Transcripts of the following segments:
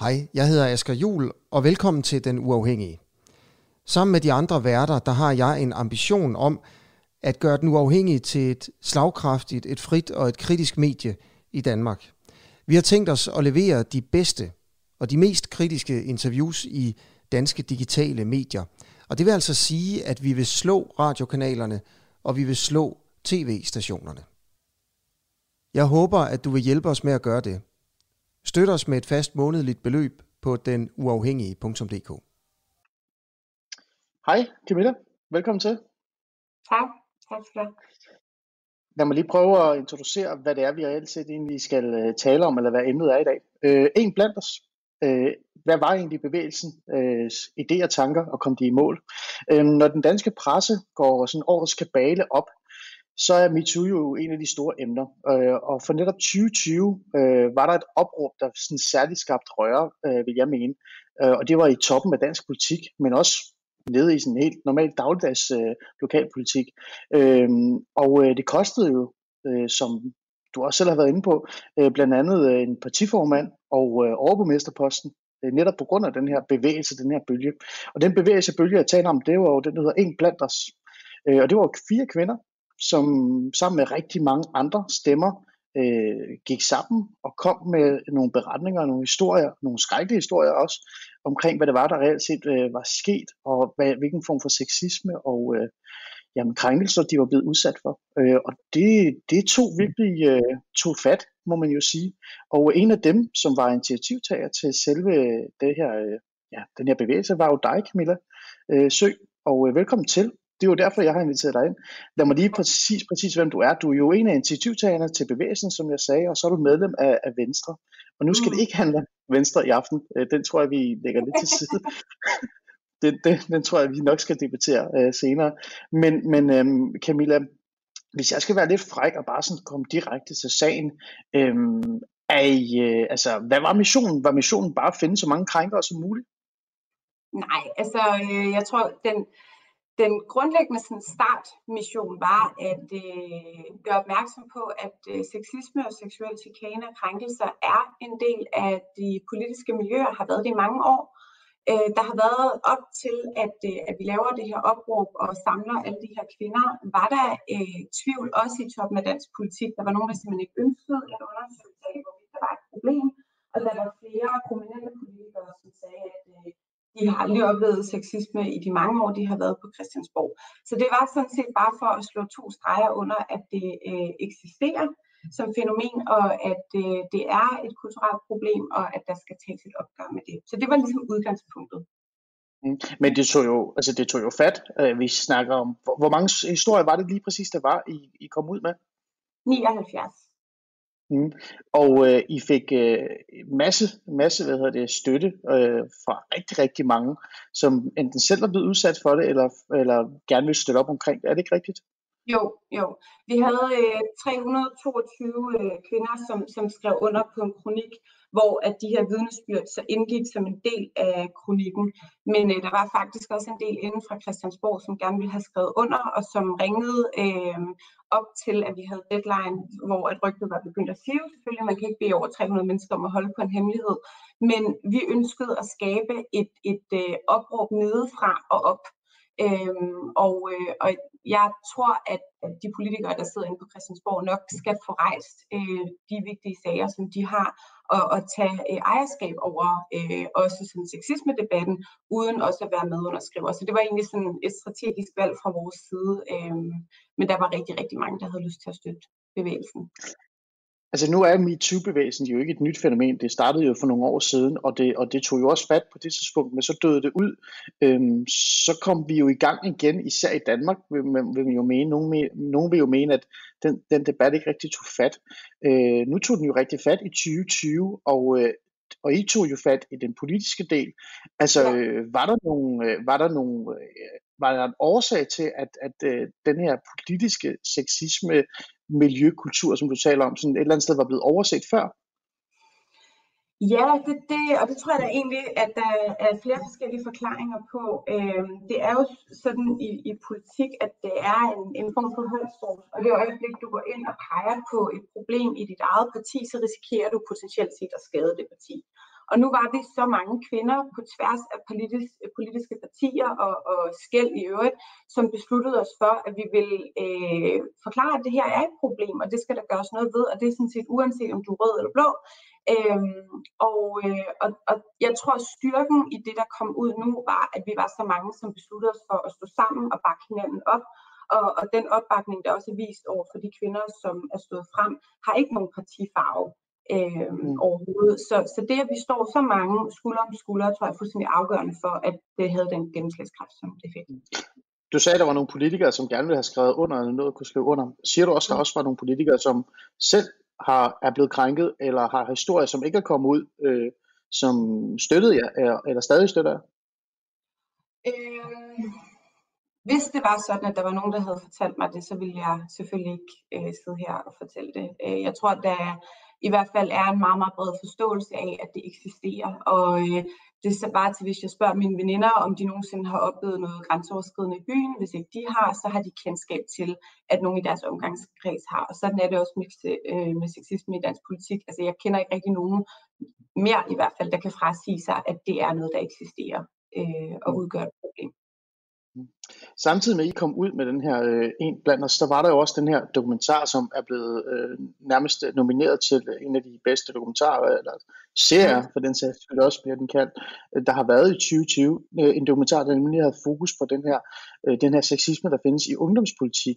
Hej, jeg hedder Asger Juhl, og velkommen til Den Uafhængige. Sammen med de andre værter, der har jeg en ambition om at gøre Den Uafhængige til et slagkraftigt, et frit og et kritisk medie i Danmark. Vi har tænkt os at levere de bedste og de mest kritiske interviews i danske digitale medier. Og det vil altså sige, at vi vil slå radiokanalerne, og vi vil slå tv-stationerne. Jeg håber, at du vil hjælpe os med at gøre det. Støt os med et fast månedligt beløb på denuafhængige.dk. Hej Camilla, velkommen til. Tak skal du. Lad mig lige prøve at introducere, hvad det er, vi reelt set egentlig skal tale om, eller hvad emnet er i dag. En blandt os. Hvad var egentlig bevægelsen, idéer, tanker, og kom de i mål? Når den danske presse går sådan årets kabale op, så er MeToo jo en af de store emner. Og for netop 2020 var der et opråb, der sådan særligt skabte røre, vil jeg mene. Og det var i toppen af dansk politik, men også nede i sådan helt normalt dagligdags lokalpolitik. Og det kostede jo, som du også selv har været inde på, blandt andet en partiformand og overborgmesterposten, netop på grund af den her bevægelse, den her bølge. Og den bevægelsebølge, jeg taler om, det var jo den, der hedder En blandt os. Og det var 4 kvinder, som sammen med rigtig mange andre stemmer gik sammen og kom med nogle beretninger, nogle historier, nogle skrækkelige historier også, omkring hvad det var, der reelt set var sket, og hvilken form for sexisme og krænkelser, de var blevet udsat for. Og det tog fat, må man jo sige. Og en af dem, som var initiativtager til selve den her bevægelse, var jo dig, Camilla Sø, og velkommen til. Det er jo derfor, jeg har inviteret dig ind. Lad mig lige præcis hvem du er. Du er jo en af initiativtagerne til bevægelsen, som jeg sagde, og så er du medlem af Venstre. Og nu skal det ikke handle om Venstre i aften. Den tror jeg, vi lægger lidt til side. Den tror jeg, vi nok skal debattere senere. Men Camilla, hvis jeg skal være lidt fræk og bare sådan komme direkte til sagen, hvad var missionen? Var missionen bare at finde så mange krænkere som muligt? Nej, jeg tror, den grundlæggende startmission var at gøre opmærksom på, at sexisme og seksuel chikane og krænkelser er en del af de politiske miljøer, har været det i mange år. Der har været op til, at vi laver det her opråb og samler alle de her kvinder, var der tvivl også i toppen af dansk politik. Der var nogen, der simpelthen ikke ønskede en undersøgelse af, hvorvidt der var et problem. Og der var flere prominente politikere, som sagde, at de har aldrig oplevet sexisme i de mange år, de har været på Christiansborg. Så det var sådan set bare for at slå 2 streger under, at det eksisterer som fænomen, og at det er et kulturelt problem, og at der skal tages et opgør med det. Så det var ligesom udgangspunktet. Men det tog jo fat. Vi snakker om, hvor mange historier var det lige præcis, der var, I kom ud med? 79. Og I fik masse støtte fra rigtig, rigtig mange, som enten selv er blevet udsat for det, eller gerne vil støtte op omkring det. Er det ikke rigtigt? Jo. Vi havde 322 kvinder, som skrev under på en kronik, hvor at de her vidnesbyrd så indgik som en del af kronikken. Men der var faktisk også en del inden fra Christiansborg, som gerne ville have skrevet under, og som ringede op til, at vi havde deadline, hvor at rygtet var begyndt at sive. Selvfølgelig, man kan ikke bede over 300 mennesker om at holde på en hemmelighed. Men vi ønskede at skabe et opråb nedefra og op. Og jeg tror, at de politikere, der sidder inde på Christiansborg, nok skal få rejst de vigtige sager, som de har, og tage ejerskab over også sådan sexisme-debatten, uden også at være medunderskrivere. Så det var egentlig sådan et strategisk valg fra vores side, men der var rigtig, rigtig mange, der havde lyst til at støtte bevægelsen. Altså nu er MeToo-bevægelsen jo ikke et nyt fænomen. Det startede jo for nogle år siden, og det tog jo også fat på det tidspunkt, men så døde det ud. Så kom vi jo i gang igen, især i Danmark, vil man jo mene. Nogen vil jo mene, at den debat ikke rigtig tog fat. Nu tog den jo rigtig fat i 2020, og I tog jo fat i den politiske del. Altså, var der en årsag til, at den her politiske sexisme, miljøkultur, som du taler om, sådan et eller andet sted var blevet overset før? Ja, det tror jeg da egentlig, at der er flere forskellige forklaringer på. Det er jo sådan i politik, at det er en form for holdsport, og det øjeblik, du går ind og peger på et problem i dit eget parti, så risikerer du potentielt set at skade det parti. Og nu var vi så mange kvinder på tværs af politiske partier og skel i øvrigt, som besluttede os for, at vi ville forklare, at det her er et problem, og det skal der gøres noget ved, og det er sådan set uanset om du er rød eller blå. Og jeg tror, at styrken i det, der kom ud nu, var, at vi var så mange, som besluttede os for at stå sammen og bakke hinanden op. Og den opbakning, der også er vist over for de kvinder, som er stået frem, har ikke nogen partifarve overhovedet. Så det, at vi står så mange skulder om skulder, tror jeg er fuldstændig afgørende for, at det havde den gennemslagskraft, som det fik. Du sagde, at der var nogle politikere, som gerne ville have skrevet under, eller noget kunne skrive under. Siger du også, at der også var nogle politikere, som selv er blevet krænket, eller har historier, som ikke er kommet ud, som støttede jer, eller stadig støtter jer? Hvis det var sådan, at der var nogen, der havde fortalt mig det, så ville jeg selvfølgelig ikke sidde her og fortælle det. Jeg tror, at der i hvert fald er en meget, meget bred forståelse af, at det eksisterer. Og det er så bare til, hvis jeg spørger mine veninder, om de nogensinde har oplevet noget grænseoverskridende i byen. Hvis ikke de har, så har de kendskab til, at nogen i deres omgangskreds har. Og sådan er det også med sexisme i dansk politik. Altså jeg kender ikke rigtig nogen mere i hvert fald, der kan frasige sig, at det er noget, der eksisterer og udgør et problem. Samtidig med, at I kom ud med den her En blandt os, der var der jo også den her dokumentar, som er blevet nærmest nomineret til en af de bedste dokumentarer, eller serier, for den sags skyld også bliver den kaldt, der har været i 2020. En dokumentar, der nemlig havde fokus på den her sexisme, der findes i ungdomspolitik.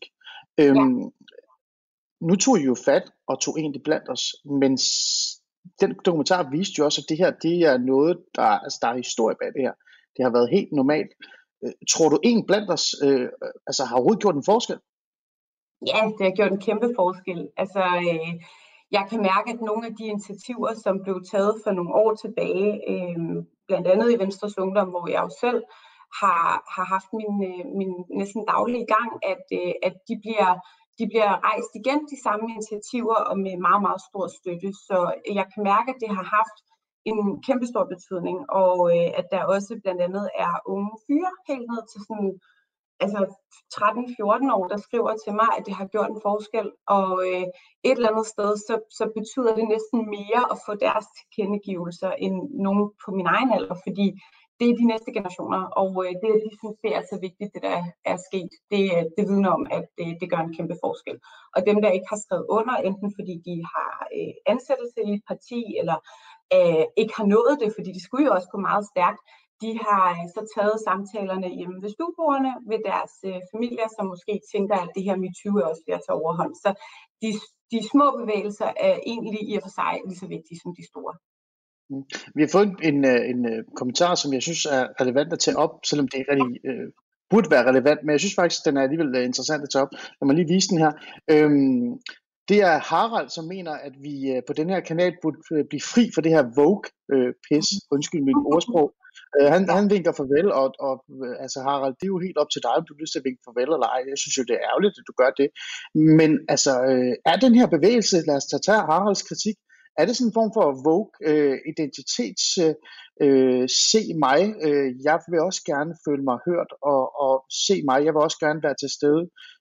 Nu tog I jo fat og tog En blandt os, men den dokumentar viste jo også, at det her, det er noget, der er historie bag det her. Det har været helt normalt. Tror du, En blandt os har overhovedet gjort en forskel? Ja, det har gjort en kæmpe forskel. Altså, jeg kan mærke, at nogle af de initiativer, som blev taget for nogle år tilbage, blandt andet i Venstres Ungdom, hvor jeg jo selv har haft min næsten daglige gang, at de bliver rejst igen, de samme initiativer, og med meget, meget stor støtte. Så jeg kan mærke, at det har haft en kæmpe stor betydning, og at der også blandt andet er unge fyre helt ned til sådan, 13-14 år, der skriver til mig, at det har gjort en forskel, og et eller andet sted, så betyder det næsten mere at få deres tilkendegivelser end nogen på min egen alder, fordi det er de næste generationer, og det, de synes, det er så vigtigt, det der er sket, det vidner om, at det gør en kæmpe forskel. Og dem, der ikke har skrevet under, enten fordi de har ansættelse i et parti, eller ikke har nået det, fordi de skulle jo også gå meget stærkt, de har så taget samtalerne hjemme ved stuebordet ved deres familier, som måske tænker, at det her MeToo er også ved at tage overhånd. Så de små bevægelser er egentlig i og for sig lige så vigtige som de store. Vi har fået en kommentar, som jeg synes er relevant at tage op, selvom det ikke rigtig burde være relevant, men jeg synes faktisk, den er alligevel interessant at tage op. Lad mig lige vise den her. Det er Harald, som mener, at vi på den her kanal burde blive fri for det her woke-pis, undskyld mit ordsprog. Han vinker farvel, og altså Harald, det er jo helt op til dig, om du har lyst til at vinke farvel eller ej. Jeg synes jo, det er ærgerligt, at du gør det. Men altså, er den her bevægelse, lad os tage Haralds kritik, er det sådan en form for woke-identitets se mig? Jeg vil også gerne føle mig hørt og se mig. Jeg vil også gerne være til stede.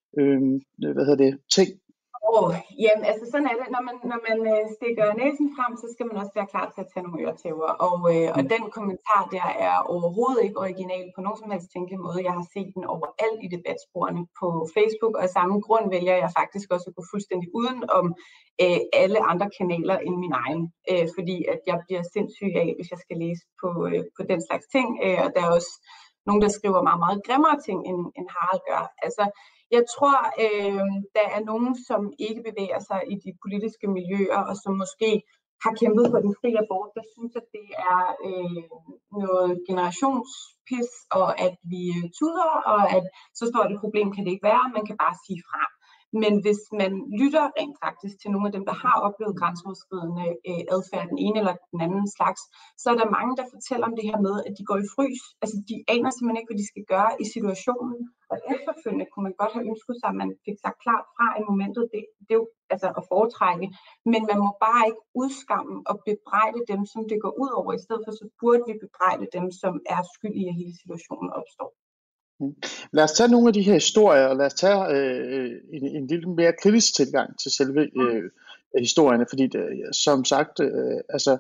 Ting. Jamen, altså sådan er det. Når man stikker næsen frem, så skal man også være klar til at tage nogle øretæver. Og den kommentar der er overhovedet ikke original på nogen som helst tænkelig måde. Jeg har set den overalt i debatsporene på Facebook, og af samme grund vælger jeg faktisk også at gå fuldstændig uden om alle andre kanaler end min egen. Fordi at jeg bliver sindssyg af, hvis jeg skal læse på den slags ting. Og der er også nogen, der skriver meget, meget grimmere ting, end Harald gør. Altså, jeg tror, der er nogen, som ikke bevæger sig i de politiske miljøer, og som måske har kæmpet for den frie abort, der synes, at det er noget generationspis, og at vi tuder, og at så stort et problem kan det ikke være, man kan bare sige fra. Men hvis man lytter rent faktisk til nogle af dem, der har oplevet grænseoverskridende adfærd, den ene eller den anden slags, så er der mange, der fortæller om det her med, at de går i frys. Altså, de aner simpelthen ikke, hvad de skal gøre i situationen. Og efterfølgende kunne man godt have ønsket sig, at man fik sagt klart fra i momentet. Det er jo altså at foretrække. Men man må bare ikke udskamme og bebrejde dem, som det går ud over. I stedet for, så burde vi bebrejde dem, som er skyld i, at hele situationen opstår. Lad os tage nogle af de her historier, og lad os tage en lidt mere kritisk tilgang til selve historierne, fordi som sagt,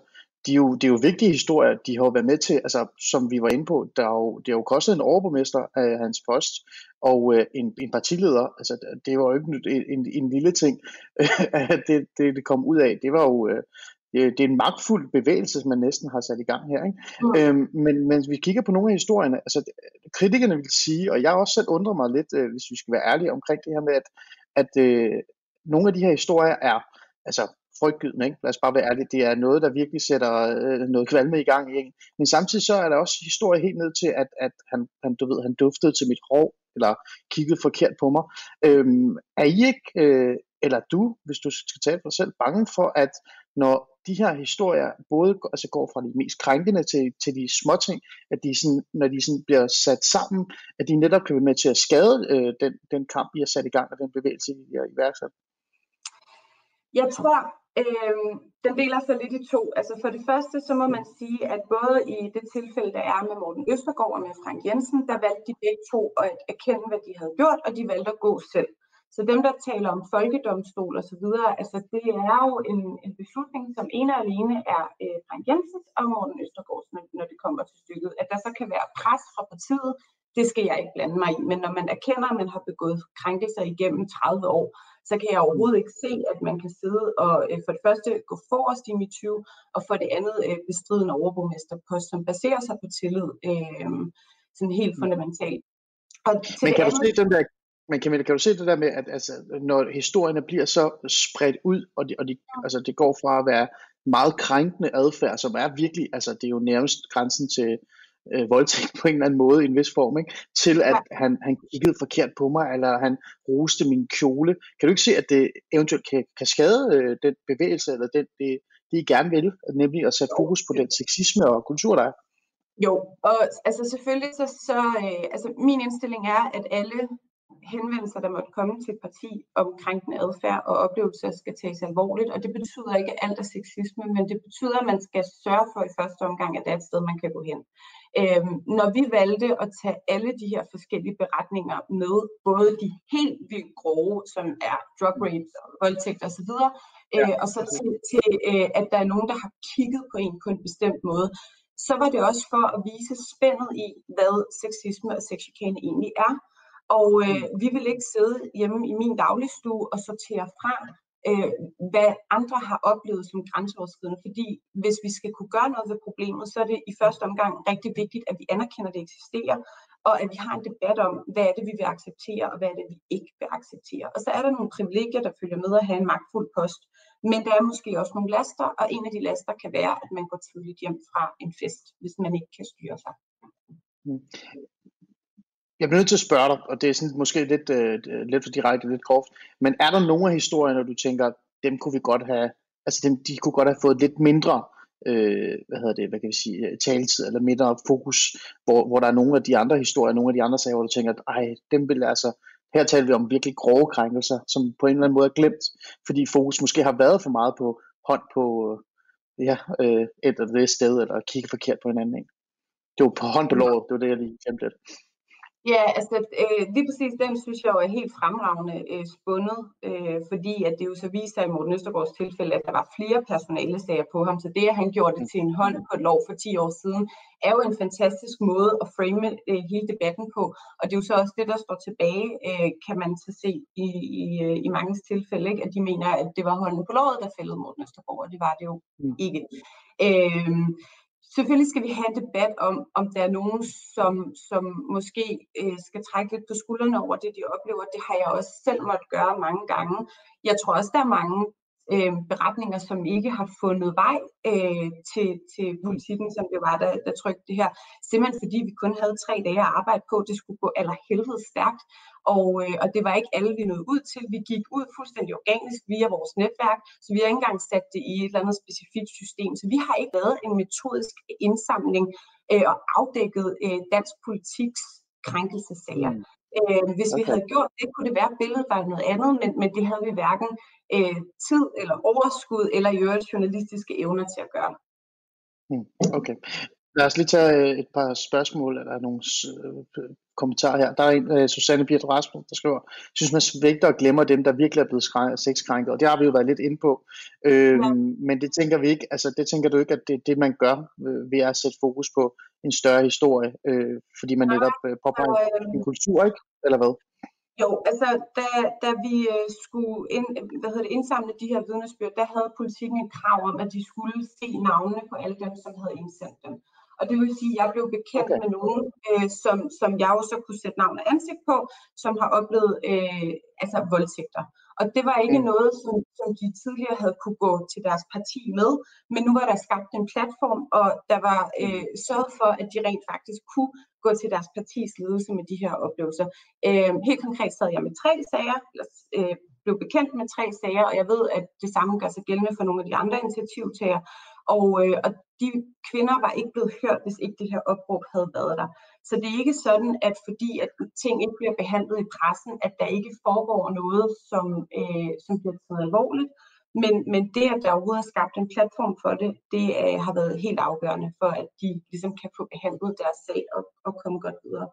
det er jo vigtige historier, de har været med til, altså som vi var inde på, det har jo kostet en overborgmester af hans post, og en partileder, altså det var jo ikke en lille ting, at det kom ud af. Det var jo, det er en magtfuld bevægelse, som man næsten har sat i gang her, ikke? Men hvis vi kigger på nogle af historierne, altså kritikerne vil sige, og jeg har også selv undret mig lidt, hvis vi skal være ærlige omkring det her med, at nogle af de her historier er, altså frygtgydende, ikke? Lad os bare være ærlige, det er noget, der virkelig sætter noget kvalme i gang, ikke? Men samtidig så er der også historie helt ned til, at han duftede til mit hår, eller kiggede forkert på mig. Er I ikke, eller du, hvis du skal tale for dig selv, bange for, at når de her historier både altså går fra de mest krænkende til de små ting, at de sådan, når de sådan bliver sat sammen, at de netop kan være med til at skade den kamp, I har sat i gang, og den bevægelse, I har iværksat? Jeg tror, den deler sig lidt i to. Altså for det første, så må man sige, at både i det tilfælde, der er med Morten Østergaard og med Frank Jensen, der valgte de begge to at erkende, hvad de havde gjort, og de valgte at gå selv. Så dem, der taler om folkedomstol og så videre, altså det er jo en beslutning, som ene og alene er Frank Jensens og Morten Østergaards, når det kommer til stykket. At der så kan være pres fra partiet, det skal jeg ikke blande mig i. Men når man erkender, at man har begået krænkelser igennem 30 år, så kan jeg overhovedet ikke se, at man kan sidde og for det første gå forrest i MeToo, og for det andet bestride en overborgmesterpost, som baserer sig på tillid, sådan helt fundamentalt. Men kan du se den der? Men Camilla, kan du se det der med, at altså, når historierne bliver så spredt ud, og altså, det går fra at være meget krænkende adfærd, som er virkelig, altså det er jo nærmest grænsen til voldtægt på en eller anden måde i en vis form, ikke? Til at han kiggede forkert på mig, eller han roste min kjole. Kan du ikke se, at det eventuelt kan skade den bevægelse, eller det I gerne vil, nemlig at sætte fokus på den sexisme og kultur, der er? Jo, og altså selvfølgelig så altså min indstilling er, at alle henvendelser, der måtte komme til et parti om krænkende adfærd og oplevelser, skal tages alvorligt, og det betyder ikke, at alt er sexisme, men det betyder, at man skal sørge for i første omgang, at der er et sted, man kan gå hen. Når vi valgte at tage alle de her forskellige beretninger med, både de helt vildt grove, som er drug rape, voldtægt osv., og så til at der er nogen, der har kigget på en på en bestemt måde, så var det også for at vise spændet i, hvad sexisme og sexchikane egentlig er. Og vi vil ikke sidde hjemme i min dagligstue og sortere fra, hvad andre har oplevet som grænseoverskridende. Fordi hvis vi skal kunne gøre noget ved problemet, så er det i første omgang rigtig vigtigt, at vi anerkender, at det eksisterer, og at vi har en debat om, hvad er det, vi vil acceptere, og hvad er det, vi ikke vil acceptere. Og så er der nogle privilegier, der følger med at have en magtfuld post. Men der er måske også nogle laster, og en af de laster kan være, at man går tidligt hjem fra en fest, hvis man ikke kan styre sig. Jeg bliver nødt til at spørge dig, og det er sådan måske lidt for direkte, lidt groft, men er der nogle af historierne, du tænker, dem kunne vi godt have, altså de kunne godt have fået lidt mindre, hvad kan vi sige, taletid eller mindre fokus, hvor der er nogle af de andre historier, nogle af de andre sager, hvor du tænker, dem vil altså, her taler vi om virkelig grove krænkelser, som på en eller anden måde er glemt, fordi fokus måske har været for meget på hånd på et eller det sted, eller kigge forkert på hinanden, ikke? Det var på hånd på låret, det var det, jeg lige glemte lidt. Ja, altså lige præcis den synes jeg jo er helt fremragende spundet, fordi at det jo så viser i Morten Østergaards tilfælde, at der var flere personalesager på ham, så det at han gjorde det til en hånd på et lov for 10 år siden, er jo en fantastisk måde at frame hele debatten på, og det er jo så også det, der står tilbage, kan man så se i mange tilfælde, ikke? At de mener, at det var hånden på låret, der fældede Morten Østergaard, og det var det jo ikke. Selvfølgelig skal vi have en debat om der er nogen, som måske skal trække lidt på skuldrene over det, de oplever. Det har jeg også selv måttet gøre mange gange. Jeg tror også, der er mange beretninger, som ikke har fundet vej til Politikken, som det var, der trykte det her. Simpelthen fordi vi kun havde 3 dage at arbejde på. Det skulle gå allerhelvede stærkt. Og det var ikke alle, vi nåede ud til. Vi gik ud fuldstændig organisk via vores netværk, så vi har ikke engang sat det i et eller andet specifikt system. Så vi har ikke lavet en metodisk indsamling og afdækket dansk politiks krænkelsesager. Hvis vi havde gjort det, kunne det være, at billedet var noget andet, men det havde vi hverken tid eller overskud eller i øvrigt journalistiske evner til at gøre. Okay. Lad os lige tage et par spørgsmål, eller nogle kommentar her. Der er en, Susanne Birte Rasmussen, der skriver, synes man svigter og glemmer dem, der virkelig er blevet sexkrænket, og det har vi jo været lidt inde på. Men det tænker vi ikke, altså det tænker du ikke, at det er det, man gør ved at sætte fokus på en større historie, fordi man netop påpeger en kultur, ikke? Eller hvad? Jo, altså da vi skulle indsamle de her vidnesbyrd, der havde Politiken et krav om, at de skulle se navnene på alle dem, som havde indsendt dem. Og det vil sige, at jeg blev bekendt med nogen, som jeg også kunne sætte navn og ansigt på, som har oplevet voldtægter. Og det var ikke noget, som de tidligere havde kunne gå til deres parti med, men nu var der skabt en platform, og der var sørget for, at de rent faktisk kunne gå til deres partis ledelse med de her oplevelser. Helt konkret sad jeg med 3 sager, blev bekendt med 3 sager, og jeg ved, at det samme gør sig gældende for nogle af de andre initiativtagere. Og de kvinder var ikke blevet hørt, hvis ikke det her opråb havde været der. Så det er ikke sådan, at fordi at ting ikke bliver behandlet i pressen, at der ikke foregår noget, som bliver taget alvorligt. Men det, at der overhovedet er skabt en platform for det, det har været helt afgørende for, at de ligesom kan få behandlet deres sag og komme godt videre.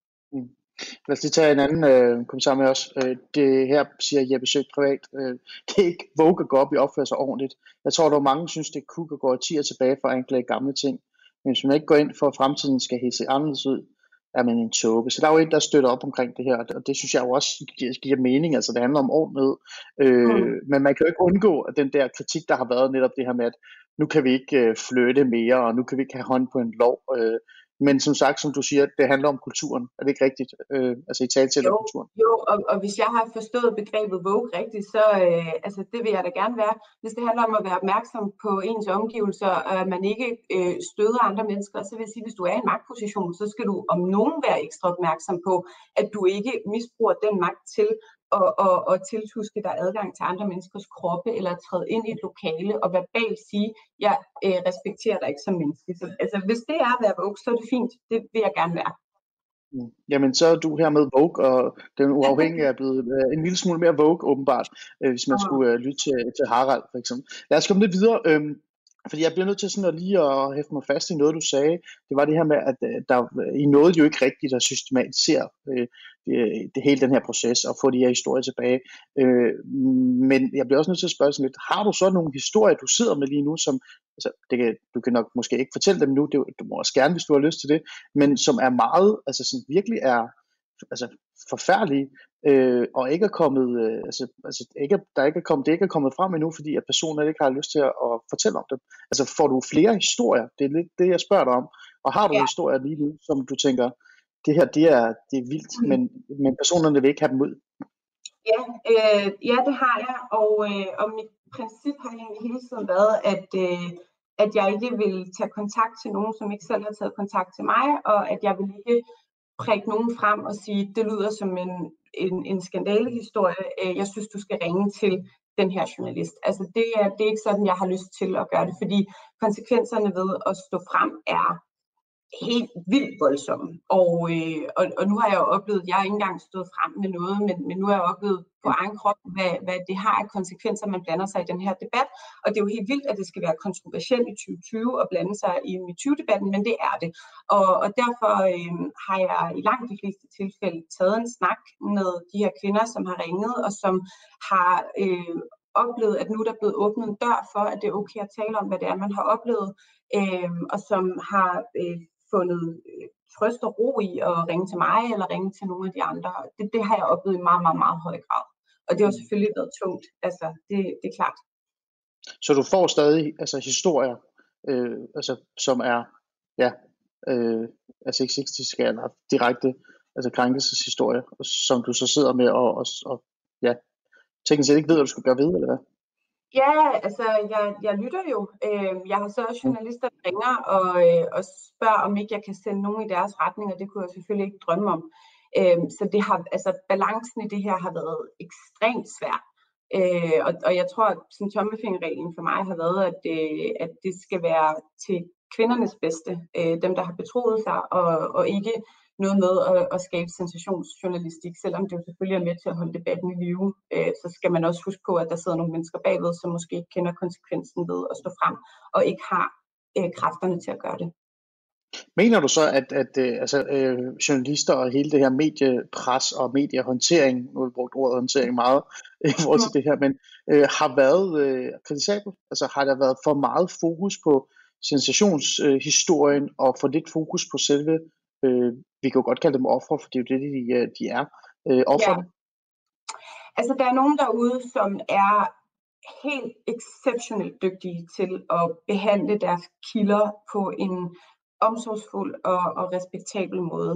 Lad os lige tage en anden kommentar med os. Det her siger Jeppe Søg privat. Det er ikke Vogue at gå op i opføre sig ordentligt. Jeg tror, der er mange, synes, det er cool at gå 10 år tilbage for at anklage gamle ting. Men hvis man ikke går ind for, at fremtiden skal helt se anderledes ud, er man en tåbe. Så der er jo en, der støtter op omkring det her, og det synes jeg jo også giver mening. Altså det handler om ordentlighed. Men man kan jo ikke undgå, at den der kritik, der har været netop det her med, at nu kan vi ikke flytte mere, og nu kan vi ikke have hånd på en lov. Men som sagt, som du siger, det handler om kulturen. Er det ikke rigtigt? Altså i tale om kulturen. Jo, og hvis jeg har forstået begrebet Vogue rigtigt, så det vil jeg da gerne være. Hvis det handler om at være opmærksom på ens omgivelser, og at man ikke støder andre mennesker, så vil jeg sige, hvis du er i en magtposition, så skal du om nogen være ekstra opmærksom på, at du ikke misbruger den magt til og tiltuske dig adgang til andre menneskers kroppe, eller træde ind i et lokale og verbalt sige, jeg respekterer dig ikke som menneske. Så, altså, hvis det er at være Vogue, så er det fint. Det vil jeg gerne være. Jamen, så er du her med Vogue, og den uafhængige er blevet en lille smule mere Vogue, åbenbart, hvis man skulle lytte til Harald, for eksempel. Lad os komme lidt videre. Fordi jeg bliver nødt til sådan lige at hæfte mig fast i noget, du sagde. Det var det her med, at I nåede jo ikke rigtigt at systematisere det hele den her proces og få de her historier tilbage. Men jeg bliver også nødt til at spørge sådan lidt, har du så nogle historier, du sidder med lige nu, som, altså du kan nok måske ikke fortælle dem nu, du må også gerne, hvis du har lyst til det, men som er meget, altså sådan virkelig er forfærdelige, og ikke er kommet, det ikke er kommet frem endnu, fordi at personerne ikke har lyst til at fortælle om dem. Altså får du flere historier? Det er lidt det, jeg spørger dig om. Og har du historier lige nu, som du tænker, det her, det er vildt, men personerne vil ikke have dem ud? Ja, det har jeg, og mit princip har egentlig hele tiden været, at jeg ikke vil tage kontakt til nogen, som ikke selv har taget kontakt til mig, og at jeg vil ikke prikke nogen frem og sige, det lyder som en skandalehistorie. Jeg synes, du skal ringe til den her journalist. Altså det er ikke sådan, jeg har lyst til at gøre det, fordi konsekvenserne ved at stå frem er helt vildt voldsomme. Og nu har jeg jo oplevet, jeg har ikke engang stået frem med noget, men nu har jeg oplevet på egen krop, hvad det har af konsekvenser, man blander sig i den her debat. Og det er jo helt vildt, at det skal være kontroversielt i 2020 og blande sig i MeToo-debatten, men det er det. Og derfor har jeg i langt de fleste tilfælde taget en snak med de her kvinder, som har ringet, og som har oplevet, at nu er der blevet åbnet en dør for, at det er okay at tale om, hvad det er, man har oplevet, og som har fundet trøst og ro i at ringe til mig eller ringe til nogle af de andre. Det har jeg oplevet i meget, meget, meget høj grad. Og det har selvfølgelig været tungt. Altså, det er klart. Så du får stadig historier, som er sexistiske eller direkte krænkelseshistorier, som du så sidder med og teknisk set ikke ved, hvad du skal gøre ved, eller hvad? Ja, altså jeg lytter jo. Jeg har så også journalister, der ringer og spørger, om ikke jeg kan sende nogen i deres retning, og det kunne jeg selvfølgelig ikke drømme om. Så det har, balancen i det her har været ekstremt svær. Og jeg tror, at tommelfingerreglen for mig har været, at det skal være til kvindernes bedste, dem der har betroet sig, og ikke noget med at skabe sensationsjournalistik, selvom det jo selvfølgelig er med til at holde debatten i live, så skal man også huske på, at der sidder nogle mennesker bagved, som måske ikke kender konsekvensen ved at stå frem, og ikke har kræfterne til at gøre det. Mener du så, at journalister og hele det her mediepres og mediehåndtering, nu har vi brugt ordet håndtering meget i forhold til det her, men har været kritisabelt? Altså har der været for meget fokus på sensationshistorien og for lidt fokus på selve, vi kan jo godt kalde dem ofre, for det er jo det, de er, ofrene? Ja. Altså der er nogen derude, som er helt exceptionelt dygtige til at behandle deres kilder på en omsorgsfuld og respektabel måde.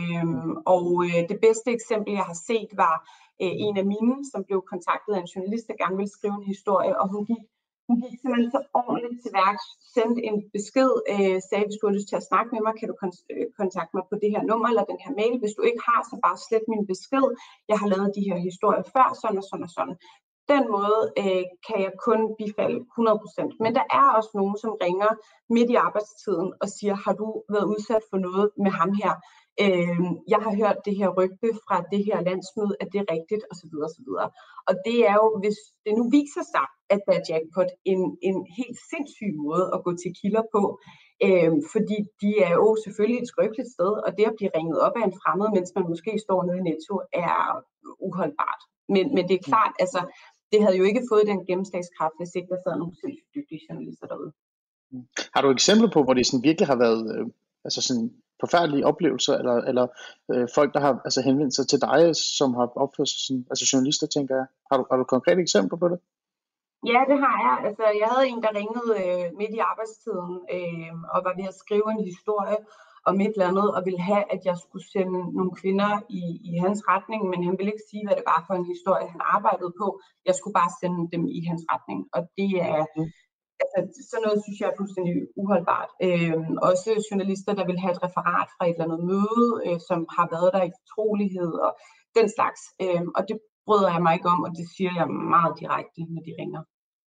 Det bedste eksempel, jeg har set, var en af mine, som blev kontaktet af en journalist, der gerne ville skrive en historie, og hun gik simpelthen så ordentligt til værks, sendte en besked, sagde, hvis du har lyst til at snakke med mig, kan du kontakte mig på det her nummer eller den her mail. Hvis du ikke har, så bare slet min besked. Jeg har lavet de her historier før, sådan og sådan og sådan. Den måde kan jeg kun bifalde 100%. Men der er også nogen, som ringer midt i arbejdstiden og siger, har du været udsat for noget med ham her? Jeg har hørt det her rygte fra det her landsmøde, at det er rigtigt, osv. osv. Og det er jo, hvis det nu viser sig, at der er jackpot, en helt sindssyg måde at gå til kilder på, fordi de er jo selvfølgelig et skrøbeligt sted, og det at blive ringet op af en fremmed, mens man måske står nede i Netto, er uholdbart. Men det er klart, altså, det havde jo ikke fået den gennemslagskraft, hvis ikke der sad nogle sindssygt dygtige journalister derude. Har du eksempler på, hvor det sådan virkelig har været sådan forfærdelige oplevelser, eller folk, der har henvendt sig til dig, som har opført sig sådan, altså journalister, tænker jeg. Har du konkrete eksempler på det? Ja, det har jeg. Altså, jeg havde en, der ringede midt i arbejdstiden og var ved at skrive en historie om et eller andet, og ville have, at jeg skulle sende nogle kvinder i hans retning, men han ville ikke sige, hvad det var for en historie, han arbejdede på. Jeg skulle bare sende dem i hans retning, og det er... Altså, sådan noget synes jeg er fuldstændig uholdbart. Også journalister, der vil have et referat fra et eller andet møde, som har været der i fortrolighed og den slags. Og det bryder jeg mig ikke om, og det siger jeg meget direkte, når de ringer.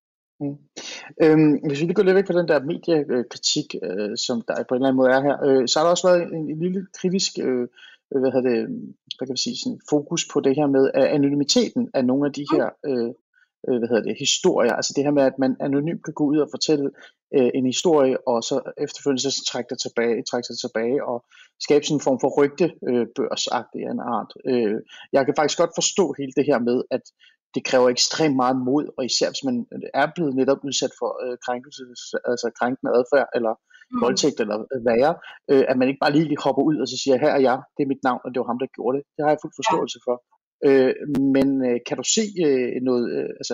Hvis vi lige går lidt væk fra den der mediekritik, som der på en eller anden måde er her, så har der også været en lille kritisk sådan fokus på det her med anonymiteten af nogle af de her historier, altså det her med, at man anonymt kan gå ud og fortælle en historie, og så efterfølgende så trække sig tilbage og skabe sådan en form for rygtebørsagtig en art. Jeg kan faktisk godt forstå hele det her med, at det kræver ekstremt meget mod, og især hvis man er blevet netop udsat for krænkende adfærd, eller voldtægt, eller værre, at man ikke bare lige hopper ud og så siger, her er jeg, det er mit navn, og det var ham, der gjorde det. Det har jeg fuld forståelse for. Men kan du se noget,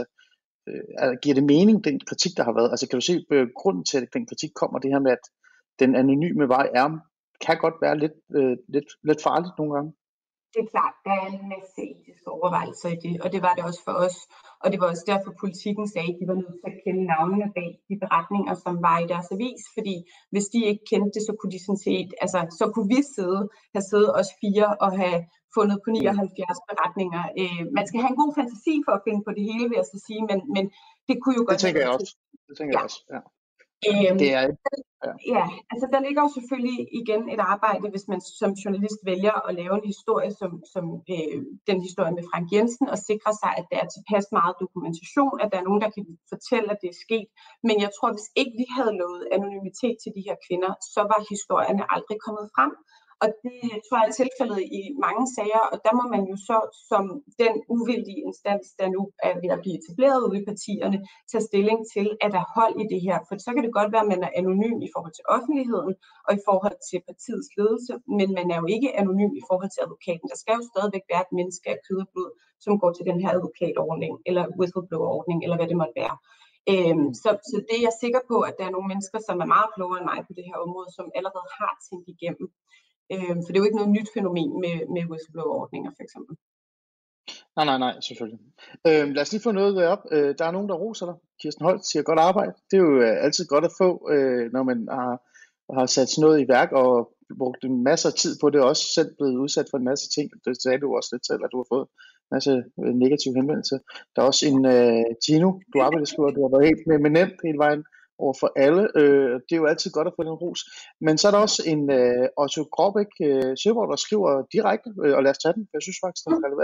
giver det mening, den kritik, der har været? Altså kan du se grunden til, at den kritik kommer, det her med, at den anonyme vej kan godt være lidt farligt nogle gange? Det er klart, der er en masse etiske overvejelser i det, og det var det også for os. Og det var også derfor, Politikken sagde, at de var nødt til at kende navnene bag de beretninger, som var i deres avis. Fordi hvis de ikke kendte det, så kunne de sådan set, altså så kunne vi have siddet os 4 og have fundet på 79 beretninger. Man skal have en god fantasi for at finde på det hele, vil jeg så sige, men det kunne jo godt... Det tænker jeg også. Ja. Det er Ja, altså der ligger jo selvfølgelig igen et arbejde, hvis man som journalist vælger at lave en historie som den historie med Frank Jensen, og sikre sig, at der er tilpas meget dokumentation, at der er nogen, der kan fortælle, at det er sket. Men jeg tror, hvis ikke vi havde lovet anonymitet til de her kvinder, så var historierne aldrig kommet frem. Og det tror jeg er tilfældet i mange sager, og der må man jo så som den uvildige instans, der nu er ved at blive etableret ude i partierne, tage stilling til, at der er hold i det her. For så kan det godt være, at man er anonym i forhold til offentligheden og i forhold til partiets ledelse, men man er jo ikke anonym i forhold til advokaten. Der skal jo stadigvæk være et menneske af kød og blod, som går til den her advokatordning, eller whistleblower-ordning, eller hvad det måtte være. Så det er jeg sikker på, at der er nogle mennesker, som er meget klogere end mig på det her område, som allerede har tænkt igennem. For det er jo ikke noget nyt fænomen med whistleblower-ordninger, for eksempel. Nej, selvfølgelig. Lad os lige få noget op. Der er nogen, der roser dig. Kirsten Holt siger godt arbejde. Det er jo altid godt at få, når man har sat noget i værk og brugt en masse tid på det, også selv blevet udsat for en masse ting. Det sagde du også lidt selv, at du har fået en masse negative henvendelser. Der er også en Gino, du arbejder, du har været helt med nemt hele vejen over for alle. Det er jo altid godt at få den ros. Men så er der også en Otto Gråbæk Søborg, der skriver direkte, og lad os tage den, for jeg synes faktisk, det er relevant.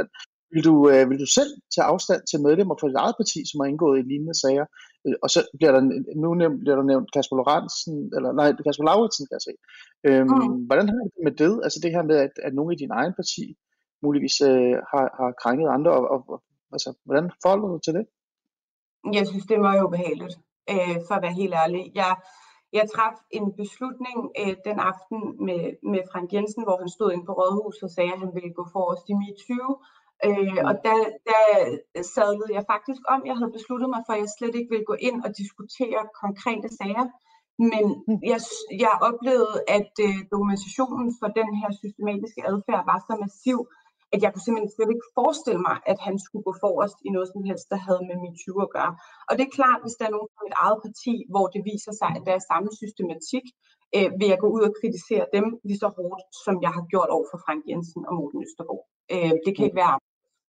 Vil du selv tage afstand til medlemmer fra dit eget parti, som har indgået i lignende sager? Og så bliver der nævnt Kasper Lauridsen, kan jeg se. Hvordan har du det med det? Altså det her med, at nogle i din egen parti muligvis har krænket andre, og altså, hvordan forholder du til det? Jeg synes, det er meget ubehageligt, for at være helt ærlig. Jeg traf en beslutning den aften med Frank Jensen, hvor han stod inde på Rådhuset og sagde, at han ville gå forrest i MeToo. Og der sadlede jeg faktisk om. Jeg havde besluttet mig for, at jeg slet ikke ville gå ind og diskutere konkrete sager. Men jeg oplevede, at dokumentationen for den her systematiske adfærd var så massiv, at jeg kunne simpelthen slet ikke forestille mig, at han skulle gå forrest i noget som helst, der havde med MeToo at gøre. Og det er klart, hvis der er nogen fra mit eget parti, hvor det viser sig, at der er samme systematik, vil jeg gå ud og kritisere dem lige så hårdt, som jeg har gjort over for Frank Jensen og Morten Østergaard. Det kan ikke være.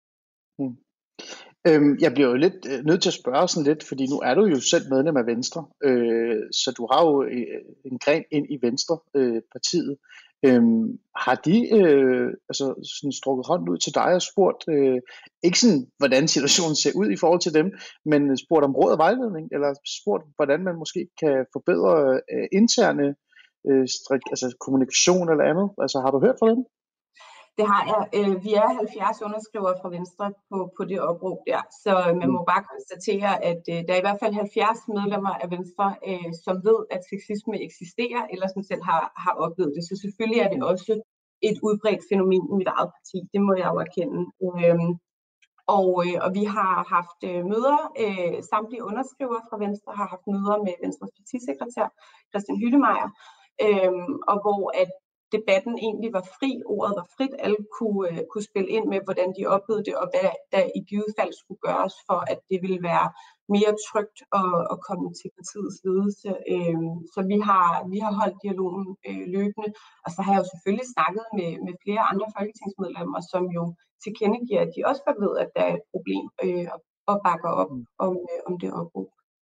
Jeg bliver jo lidt nødt til at spørge sådan lidt, fordi nu er du jo selv medlem af Venstre, så du har jo en gren ind i Venstre-partiet. Har de altså sådan strukket hånden ud til dig og spurgt, ikke sådan, hvordan situationen ser ud i forhold til dem, men spurgt om råd og vejledning, eller spurgt, hvordan man måske kan forbedre interne altså kommunikation eller andet? Altså har du hørt fra dem? Det har jeg. Vi er 70 underskrivere fra Venstre på det opråb der, så man må bare konstatere, at der er i hvert fald 70 medlemmer af Venstre, som ved, at sexisme eksisterer, eller som selv har oplevet det. Så selvfølgelig er det også et udbredt fænomen i mit eget parti. Det må jeg jo erkende. Og vi har haft møder, samtlige underskrivere fra Venstre har haft møder med Venstres partisekretær, Christian Hüttemeier, og hvor at debatten egentlig var fri, ordet var frit, alle kunne spille ind med, hvordan de oplevede det, og hvad der i givet fald skulle gøres for, at det ville være mere trygt at komme til partiets ledelse. Så vi har holdt dialogen løbende, og så har jeg jo selvfølgelig snakket med flere andre folketingsmedlemmer, som jo tilkendegiver, at de også godt ved, at der er et problem, og bakker op om det opråb.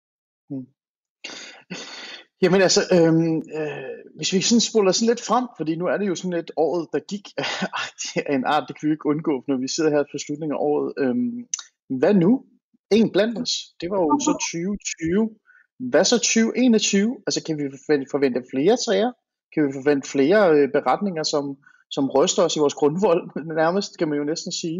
Jamen altså, hvis vi sådan spoler sådan lidt frem, fordi nu er det jo sådan et året, der gik af en art, det kan vi ikke undgå, når vi sidder her på slutningen af året. Hvad nu? En blandt os. Det var jo så 2020. Hvad så 2021? Altså kan vi forvente flere sager? Kan vi forvente flere beretninger, som ryster os i vores grundvold nærmest, kan man jo næsten sige.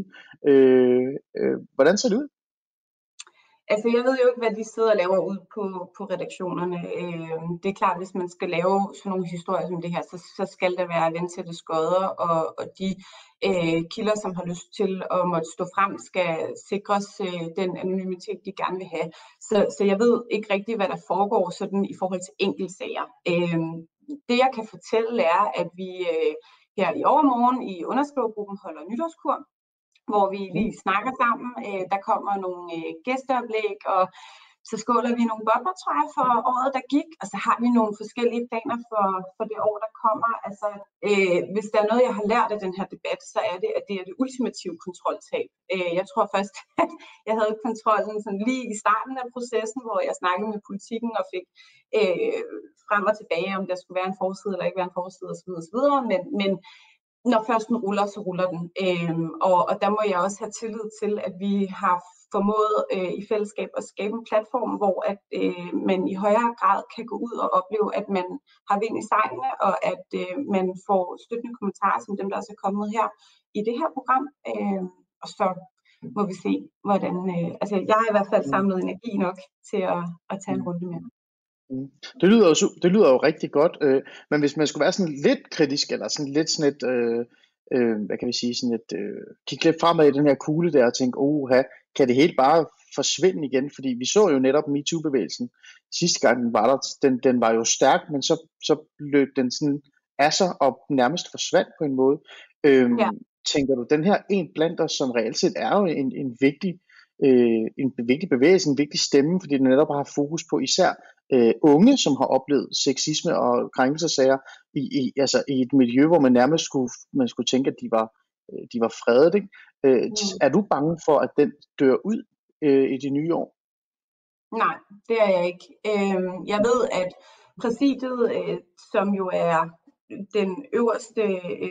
Hvordan ser det ud? Altså, jeg ved jo ikke, hvad de sidder og laver ud på redaktionerne. Det er klart, hvis man skal lave sådan nogle historier som det her, så skal der være vandtætte skodder, og de kilder, som har lyst til at måtte stå frem, skal sikres den anonymitet, de gerne vil have. Så jeg ved ikke rigtigt, hvad der foregår sådan i forhold til enkeltsager. Det, jeg kan fortælle, er, at vi her i overmorgen i underskrivergruppen holder nytårskur, hvor vi lige snakker sammen. Der kommer nogle gæsteoplæg, og så skåler vi nogle bobler, tror jeg, for året, der gik. Og så har vi nogle forskellige planer for det år, der kommer. Altså, hvis der er noget, jeg har lært af den her debat, så er det, at det er det ultimative kontroltab. Jeg tror først, at jeg havde kontrollen sådan lige i starten af processen, hvor jeg snakkede med politikken og fik frem og tilbage, om der skulle være en forside eller ikke være en forside osv. Men når først den ruller, så ruller den. Og der må jeg også have tillid til, at vi har formået i fællesskab at skabe en platform, hvor at man i højere grad kan gå ud og opleve, at man har vind i sejlene, og at man får støttende kommentarer, som dem, der også er kommet her i det her program. Og så må vi se, hvordan... altså, jeg har i hvert fald samlet energi nok til at tage en runde med. Det lyder jo rigtig godt, men hvis man skulle være sådan lidt kritisk, eller sådan lidt sådan et, hvad kan vi sige, sådan et, kigge lidt fremad i den her kugle der og tænke, kan det helt bare forsvinde igen? Fordi vi så jo netop MeToo-bevægelsen sidste gang den var der, den var jo stærk, men så løb den sådan af sig og nærmest forsvandt på en måde. Tænker du, den her en blandt os, som reelt set er jo en vigtig bevægelse, en vigtig stemme, fordi den netop har fokus på især unge, som har oplevet sexisme og krænkelsesager i et miljø, hvor man nærmest skulle tænke, at de var fredet, ikke? Er du bange for, at den dør ud i det nye år? Nej, det er jeg ikke. Jeg ved, at præsidiet, som jo er den øverste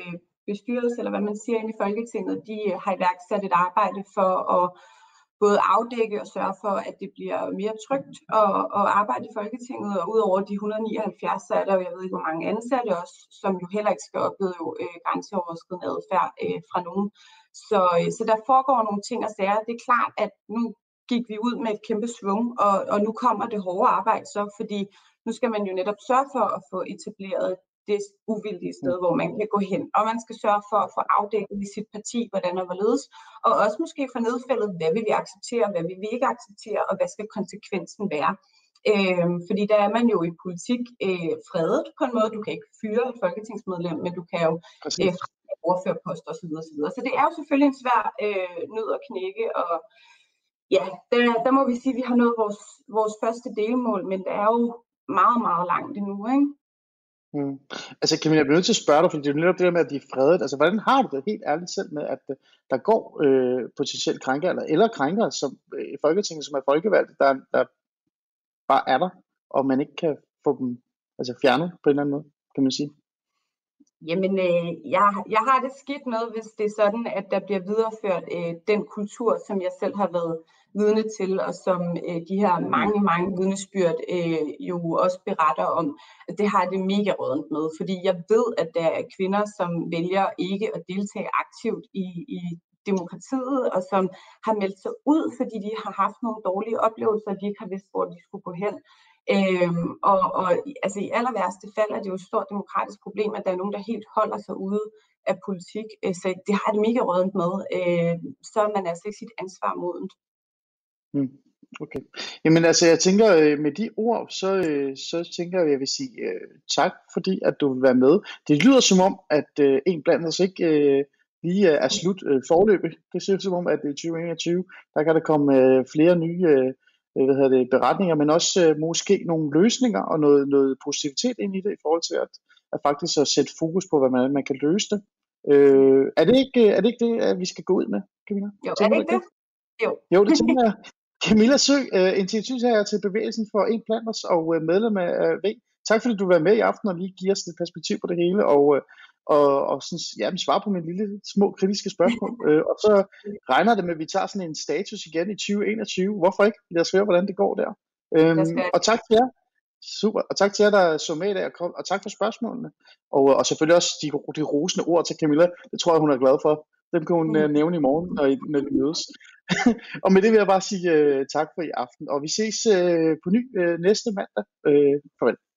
bestyrelse, eller hvad man siger inde i Folketinget, de har iværksat et arbejde for at både afdække og sørge for, at det bliver mere trygt at arbejde i Folketinget, og udover de 179, så er der jo, jeg ved ikke hvor mange ansatte også, som jo heller ikke skal opleve grænseoverskridende adfærd fra nogen. Så der foregår nogle ting og sager. Det er klart, at nu gik vi ud med et kæmpe svung, og nu kommer det hårde arbejde så, fordi nu skal man jo netop sørge for at få etableret det uvildige sted, hvor man kan gå hen, og man skal sørge for at få afdækket i sit parti, hvordan og hvorledes, og også måske få nedfældet, hvad vil vi acceptere, hvad vil vi ikke acceptere, og hvad skal konsekvensen være. Fordi der er man jo i politik fredet på en måde. Du kan ikke fyre et folketingsmedlem, men du kan jo ordførerpost og så videre, så videre. Så det er jo selvfølgelig en svær nød at knække, og ja, der må vi sige, at vi har nået vores første delmål, men det er jo meget, meget langt endnu, ikke? Altså Camilla, jeg bliver nødt til at spørge dig, fordi det er jo netop det der med, at de er fredet. Altså, hvordan har du det helt ærligt selv med, at der går potentielt krænker eller krænker som i Folketinget, som er folkevalgte, der bare er der, og man ikke kan få dem fjernet på en eller anden måde, kan man sige? Jamen, jeg har det skidt med, hvis det er sådan, at der bliver videreført den kultur, som jeg selv har været vidne til, og som de her mange vidnesbyrd jo også beretter om. Det har jeg det mega rådent med, fordi jeg ved, at der er kvinder, som vælger ikke at deltage aktivt i demokratiet, og som har meldt sig ud, fordi de har haft nogle dårlige oplevelser, og de ikke har vidst, hvor de skulle gå hen. Og altså i aller værste fald er det jo et stort demokratisk problem, at der er nogen, der helt holder sig ude af politik. Så det har det mega rådent med. Så er man altså ikke sit ansvar modent. Okay. Jamen altså, jeg tænker med de ord, så tænker jeg vil sige tak, fordi at du vil være med. Det lyder som om, at en blandt os ikke lige er slut forløbet. Det ser som om, at i 2021, der kan der komme flere nye beretninger, men også måske nogle løsninger og noget positivitet ind i det, i forhold til at faktisk at sætte fokus på, hvad man kan løse det. Er det ikke det, at vi skal gå ud med, Camilla? Jo, er det ikke det? Jo, det tænker jeg. Camilla Sø, initiativtager til bevægelsen for En Blandt Os og medlem af V. Tak fordi du var med i aften og lige giver os et perspektiv på det hele og sådan, svare på mine lille små kritiske spørgsmål. Og så regner det med, at vi tager sådan en status igen i 2021. Hvorfor ikke? Lad os høre, hvordan det går der. Og tak til jer. Super. Og tak til jer, der så med i dag, og tak for spørgsmålene. Og selvfølgelig også de rosende ord til Camilla. Det tror jeg, hun er glad for. Dem kan hun nævne i morgen, når vi mødes. Og med det vil jeg bare sige tak for i aften. Og vi ses på ny næste mandag. Farvel.